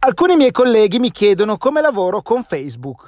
Alcuni miei colleghi mi chiedono come lavoro con Facebook.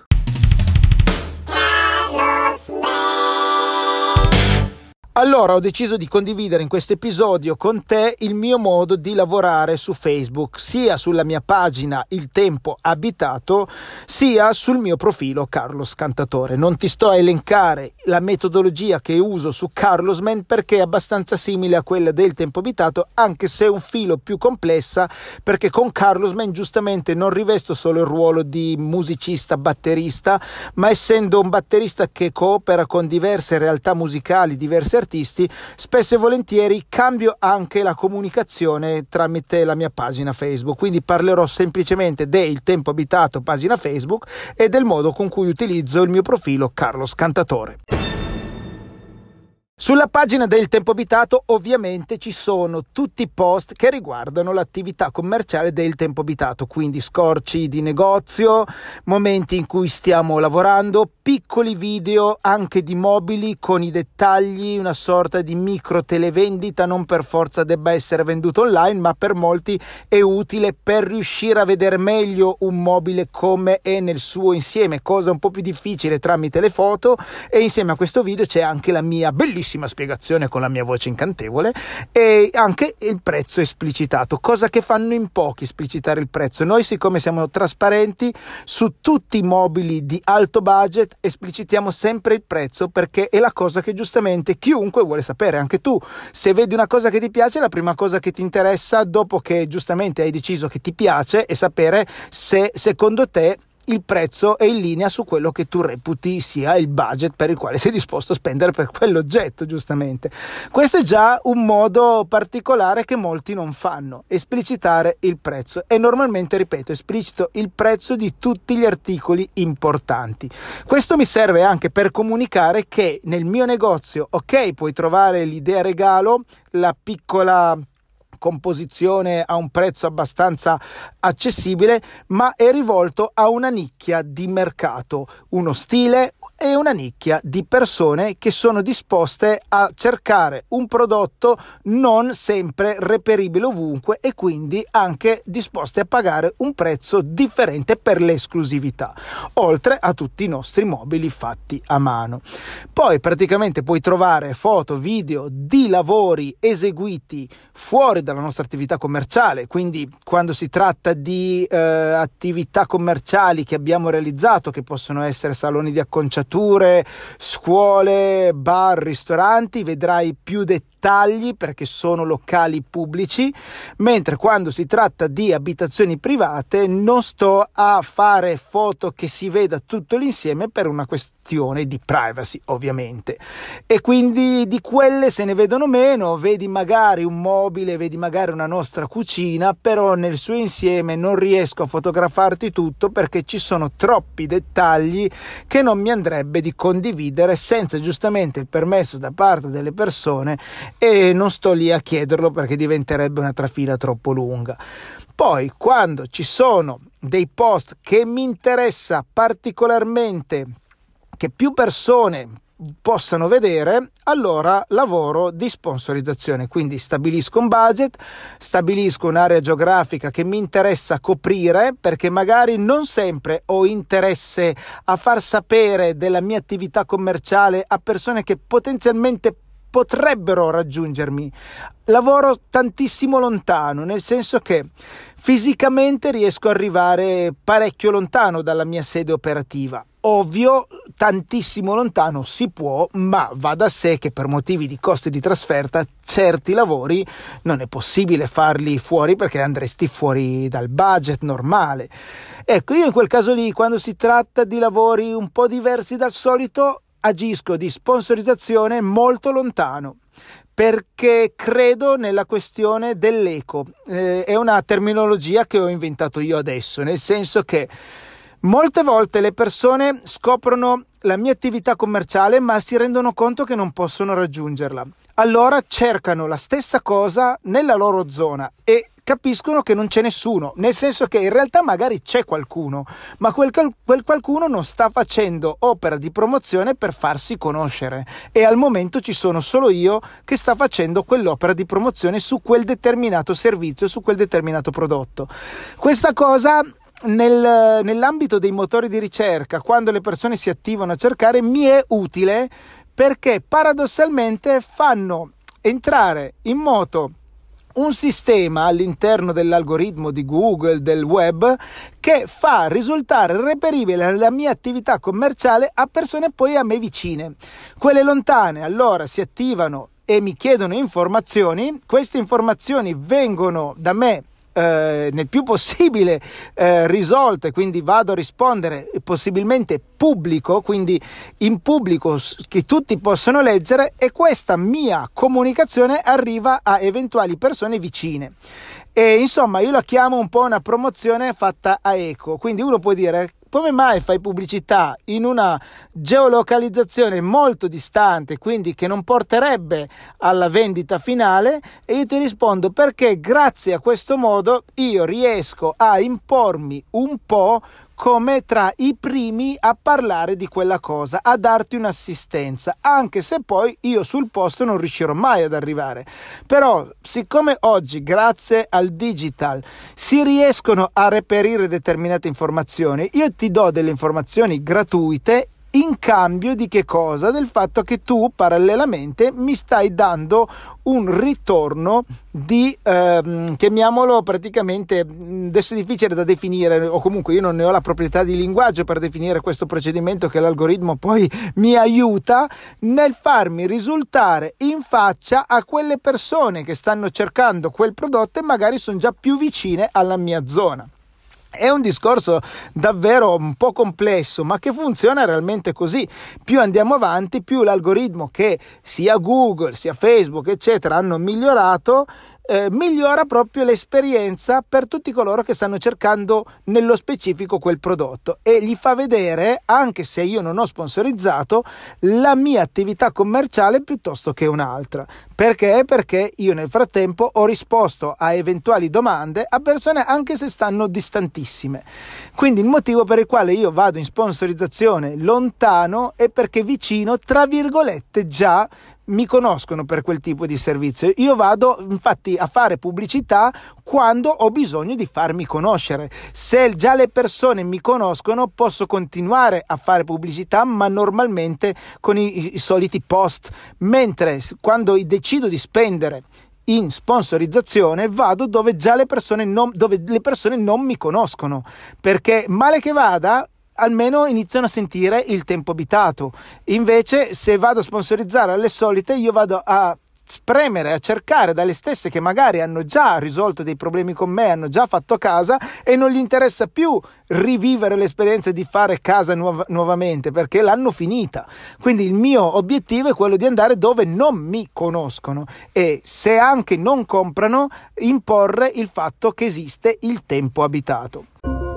Allora ho deciso di condividere in questo episodio con te il mio modo di lavorare su Facebook, sia sulla mia pagina Il Tempo Abitato, sia sul mio profilo Carlos Cantatore. Non ti sto a elencare la metodologia che uso su Carlosman perché è abbastanza simile a quella del Tempo Abitato, anche se è un filo più complessa, perché con Carlosman giustamente non rivesto solo il ruolo di musicista batterista, ma essendo un batterista che coopera con diverse realtà musicali, diversi artisti, spesso e volentieri cambio anche la comunicazione tramite la mia pagina Facebook, quindi parlerò semplicemente del Tempo Abitato pagina Facebook e del modo con cui utilizzo il mio profilo Carlos Cantatore. Sulla pagina del Tempo Abitato ovviamente ci sono tutti i post che riguardano l'attività commerciale del Tempo Abitato, quindi scorci di negozio, momenti in cui stiamo lavorando, piccoli video anche di mobili con i dettagli, una sorta di micro televendita, non per forza debba essere venduto online, ma per molti è utile per riuscire a vedere meglio un mobile come è nel suo insieme, cosa un po' più difficile tramite le foto, e insieme a questo video c'è anche la mia bellissima spiegazione con la mia voce incantevole e anche il prezzo esplicitato, cosa che fanno in pochi esplicitare il prezzo. Noi, siccome siamo trasparenti su tutti i mobili di alto budget, esplicitiamo sempre il prezzo perché è la cosa che giustamente chiunque vuole sapere. Anche tu, se vedi una cosa che ti piace, la prima cosa che ti interessa dopo che giustamente hai deciso che ti piace è sapere se secondo te il prezzo è in linea su quello che tu reputi sia il budget per il quale sei disposto a spendere per quell'oggetto, giustamente. Questo è già un modo particolare che molti non fanno, esplicitare il prezzo, e normalmente, ripeto, esplicito il prezzo di tutti gli articoli importanti. Questo mi serve anche per comunicare che nel mio negozio, ok, puoi trovare l'idea regalo, la piccola composizione a un prezzo abbastanza accessibile, ma è rivolto a una nicchia di mercato, uno stile e una nicchia di persone che sono disposte a cercare un prodotto non sempre reperibile ovunque e quindi anche disposte a pagare un prezzo differente per l'esclusività, oltre a tutti i nostri mobili fatti a mano. Poi praticamente puoi trovare foto, video di lavori eseguiti fuori dalla nostra attività commerciale, quindi quando si tratta di attività commerciali che abbiamo realizzato, che possono essere saloni di acconciature, scuole, bar, ristoranti, vedrai più dettagli perché sono locali pubblici, mentre quando si tratta di abitazioni private non sto a fare foto che si veda tutto l'insieme per una questione di privacy, ovviamente, e quindi di quelle se ne vedono meno. Vedi magari un mobile, vedi magari una nostra cucina, però nel suo insieme non riesco a fotografarti tutto perché ci sono troppi dettagli che non mi andrebbe di condividere senza giustamente il permesso da parte delle persone, e non sto lì a chiederlo perché diventerebbe una trafila troppo lunga. Poi quando ci sono dei post che mi interessa particolarmente che più persone possano vedere, allora lavoro di sponsorizzazione, quindi stabilisco un budget, stabilisco un'area geografica che mi interessa coprire, perché magari non sempre ho interesse a far sapere della mia attività commerciale a persone che potenzialmente potrebbero raggiungermi. Lavoro tantissimo lontano, nel senso che fisicamente riesco ad arrivare parecchio lontano dalla mia sede operativa. Ovvio, tantissimo lontano si può, ma va da sé che per motivi di costi di trasferta certi lavori non è possibile farli fuori perché andresti fuori dal budget normale. Ecco, io in quel caso lì, quando si tratta di lavori un po' diversi dal solito, agisco di sponsorizzazione molto lontano, perché credo nella questione dell'eco. È una terminologia che ho inventato io adesso, nel senso che molte volte le persone scoprono la mia attività commerciale ma si rendono conto che non possono raggiungerla. Allora cercano la stessa cosa nella loro zona e capiscono che non c'è nessuno, nel senso che in realtà magari c'è qualcuno, ma quel qualcuno non sta facendo opera di promozione per farsi conoscere, e al momento ci sono solo io che sta facendo quell'opera di promozione su quel determinato servizio, su quel determinato prodotto. Questa cosa nell'ambito dei motori di ricerca, quando le persone si attivano a cercare, mi è utile, perché paradossalmente fanno entrare in moto un sistema all'interno dell'algoritmo di Google, del web, che fa risultare reperibile la mia attività commerciale a persone poi a me vicine. Quelle lontane allora si attivano e mi chiedono informazioni, queste informazioni vengono da me nel più possibile risolte, quindi vado a rispondere possibilmente pubblico, quindi in pubblico, che tutti possono leggere, e questa mia comunicazione arriva a eventuali persone vicine. E insomma io la chiamo un po' una promozione fatta a eco. Quindi uno può dire: come mai fai pubblicità in una geolocalizzazione molto distante, quindi che non porterebbe alla vendita finale? E io ti rispondo: perché grazie a questo modo io riesco a impormi un po' come tra i primi a parlare di quella cosa, a darti un'assistenza, anche se poi io sul posto non riuscirò mai ad arrivare. Però siccome oggi grazie al digital si riescono a reperire determinate informazioni, io ti do delle informazioni gratuite in cambio di che cosa? Del fatto che tu parallelamente mi stai dando un ritorno di, chiamiamolo praticamente, adesso è difficile da definire, o comunque io non ne ho la proprietà di linguaggio per definire questo procedimento che l'algoritmo poi mi aiuta nel farmi risultare in faccia a quelle persone che stanno cercando quel prodotto e magari sono già più vicine alla mia zona. È un discorso davvero un po' complesso, ma che funziona realmente così. Più andiamo avanti, più l'algoritmo che sia Google, sia Facebook, eccetera, hanno migliorato, migliora proprio l'esperienza per tutti coloro che stanno cercando nello specifico quel prodotto, e gli fa vedere, anche se io non ho sponsorizzato, la mia attività commerciale piuttosto che un'altra. Perché? Perché io nel frattempo ho risposto a eventuali domande a persone anche se stanno distantissime. Quindi il motivo per il quale io vado in sponsorizzazione lontano è perché vicino, tra virgolette, già mi conoscono per quel tipo di servizio. Io vado infatti a fare pubblicità quando ho bisogno di farmi conoscere. Se già le persone mi conoscono, posso continuare a fare pubblicità, ma normalmente con i soliti post, mentre quando decido di spendere in sponsorizzazione vado dove già le persone non mi conoscono, perché male che vada almeno iniziano a sentire il tempo abitato. Invece se vado a sponsorizzare alle solite, io vado a spremere, a cercare dalle stesse che magari hanno già risolto dei problemi con me, hanno già fatto casa e non gli interessa più rivivere l'esperienza di fare casa nuovamente, perché l'hanno finita. Quindi il mio obiettivo è quello di andare dove non mi conoscono, e se anche non comprano, imporre il fatto che esiste il tempo abitato.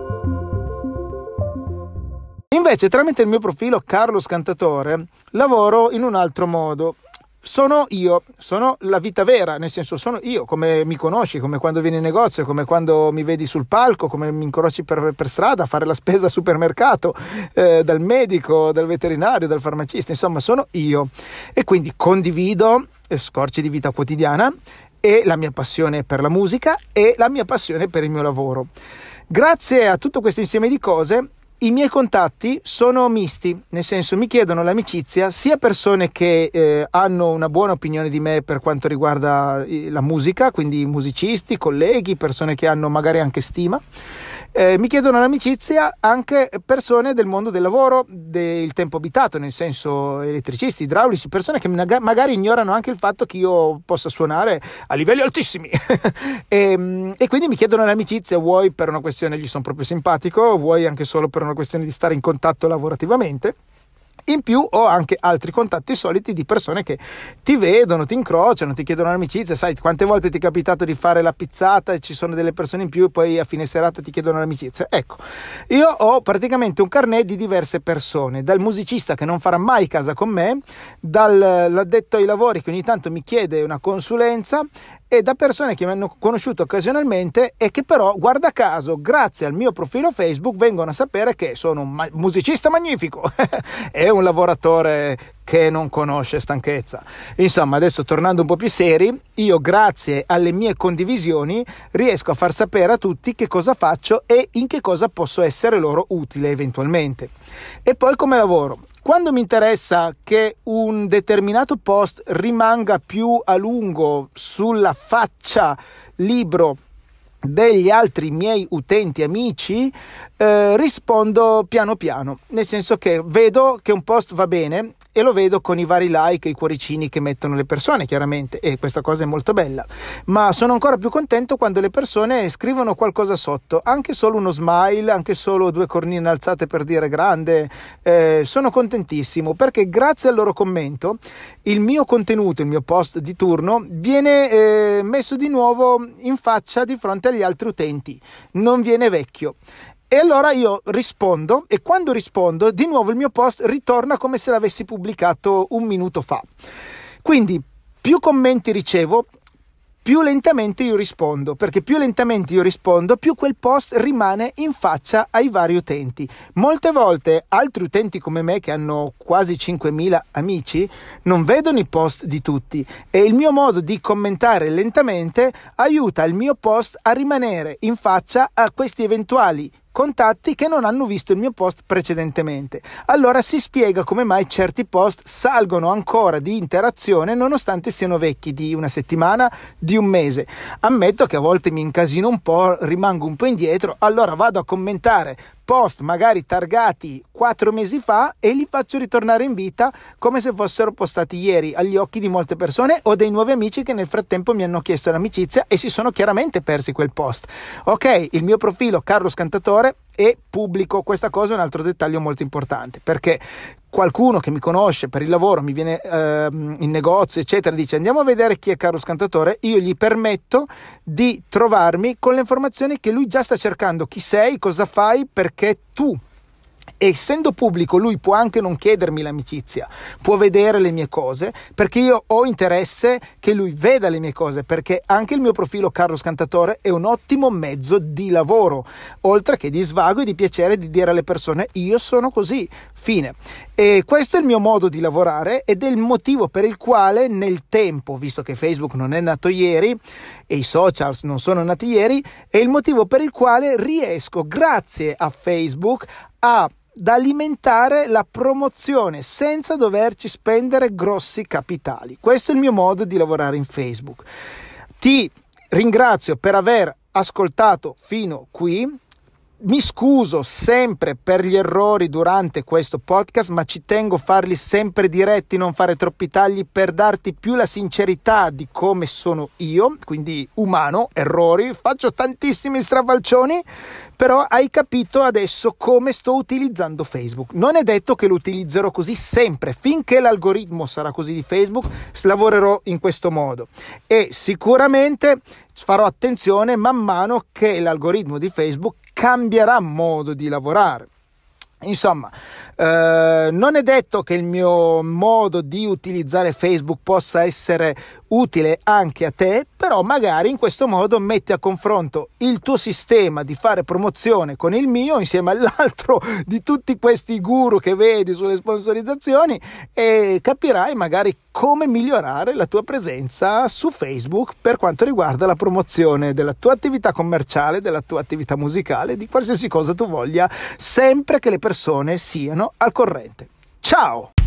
Invece tramite il mio profilo Carlos Cantatore lavoro in un altro modo. Sono io, sono la vita vera, nel senso sono io, come mi conosci, come quando vieni in negozio, come quando mi vedi sul palco, come mi incroci per strada a fare la spesa al supermercato, dal medico, dal veterinario, dal farmacista, insomma sono io, e quindi condivido scorci di vita quotidiana e la mia passione per la musica e la mia passione per il mio lavoro. Grazie a tutto questo insieme di cose, i miei contatti sono misti, nel senso mi chiedono l'amicizia sia persone che hanno una buona opinione di me per quanto riguarda la musica, quindi musicisti, colleghi, persone che hanno magari anche stima. Mi chiedono l'amicizia anche persone del mondo del lavoro, del tempo abitato, nel senso elettricisti, idraulici, persone che magari ignorano anche il fatto che io possa suonare a livelli altissimi e quindi mi chiedono l'amicizia, vuoi per una questione gli sono proprio simpatico, vuoi anche solo per una questione di stare in contatto lavorativamente. In più ho anche altri contatti soliti di persone che ti vedono, ti incrociano, ti chiedono l'amicizia. Sai quante volte ti è capitato di fare la pizzata e ci sono delle persone in più e poi a fine serata ti chiedono l'amicizia? Ecco, io ho praticamente un carnet di diverse persone, dal musicista che non farà mai casa con me, dall'addetto ai lavori che ogni tanto mi chiede una consulenza, e da persone che mi hanno conosciuto occasionalmente e che però, guarda caso, grazie al mio profilo Facebook vengono a sapere che sono un musicista magnifico e un lavoratore che non conosce stanchezza. Insomma, adesso tornando un po' più seri, io grazie alle mie condivisioni riesco a far sapere a tutti che cosa faccio e in che cosa posso essere loro utile eventualmente. E poi come lavoro? Quando mi interessa che un determinato post rimanga più a lungo sulla faccia libro degli altri miei utenti amici, rispondo piano piano, nel senso che vedo che un post va bene e lo vedo con i vari like e i cuoricini che mettono le persone, chiaramente, e questa cosa è molto bella, ma sono ancora più contento quando le persone scrivono qualcosa sotto, anche solo uno smile, anche solo 2 cornine alzate per dire grande. Sono contentissimo perché grazie al loro commento il mio contenuto, il mio post di turno viene messo di nuovo in faccia di fronte agli altri utenti, non viene vecchio. E allora io rispondo, e quando rispondo di nuovo il mio post ritorna come se l'avessi pubblicato un minuto fa. Quindi più commenti ricevo, più lentamente io rispondo, perché più lentamente io rispondo, più quel post rimane in faccia ai vari utenti. Molte volte altri utenti come me, che hanno quasi 5.000 amici, non vedono i post di tutti e il mio modo di commentare lentamente aiuta il mio post a rimanere in faccia a questi eventuali contatti che non hanno visto il mio post precedentemente. Allora si spiega come mai certi post salgono ancora di interazione nonostante siano vecchi di una settimana, di un mese. Ammetto che a volte mi incasino un po', rimango un po' indietro, allora vado a commentare post magari targati 4 mesi fa e li faccio ritornare in vita come se fossero postati ieri agli occhi di molte persone o dei nuovi amici che nel frattempo mi hanno chiesto l'amicizia e si sono chiaramente persi quel post. Ok, il mio profilo Carlos Cantatore è pubblico, questa cosa è un altro dettaglio molto importante, perché qualcuno che mi conosce per il lavoro mi viene in negozio eccetera, dice andiamo a vedere chi è Carlos Cantatore, io gli permetto di trovarmi con le informazioni che lui già sta cercando, chi sei, cosa fai, perché tu, essendo pubblico, lui può anche non chiedermi l'amicizia, può vedere le mie cose, perché io ho interesse che lui veda le mie cose, perché anche il mio profilo Carlos Cantatore è un ottimo mezzo di lavoro, oltre che di svago e di piacere di dire alle persone io sono così, fine. E questo è il mio modo di lavorare ed è il motivo per il quale nel tempo, visto che Facebook non è nato ieri e i social non sono nati ieri, è il motivo per il quale riesco, grazie a Facebook, ad alimentare la promozione senza doverci spendere grossi capitali. Questo è il mio modo di lavorare in Facebook. Ti ringrazio per aver ascoltato fino qui. Mi scuso sempre per gli errori durante questo podcast, ma ci tengo a farli sempre diretti, non fare troppi tagli per darti più la sincerità di come sono io, quindi umano, errori, faccio tantissimi strafalcioni, però hai capito adesso come sto utilizzando Facebook. Non è detto che lo utilizzerò così sempre, finché l'algoritmo sarà così di Facebook, lavorerò in questo modo e sicuramente farò attenzione man mano che l'algoritmo di Facebook cambierà modo di lavorare. Insomma, non è detto che il mio modo di utilizzare Facebook possa essere utile anche a te, però magari in questo modo metti a confronto il tuo sistema di fare promozione con il mio insieme all'altro di tutti questi guru che vedi sulle sponsorizzazioni e capirai magari come migliorare la tua presenza su Facebook per quanto riguarda la promozione della tua attività commerciale, della tua attività musicale, di qualsiasi cosa tu voglia, sempre che le persone siano al corrente. Ciao!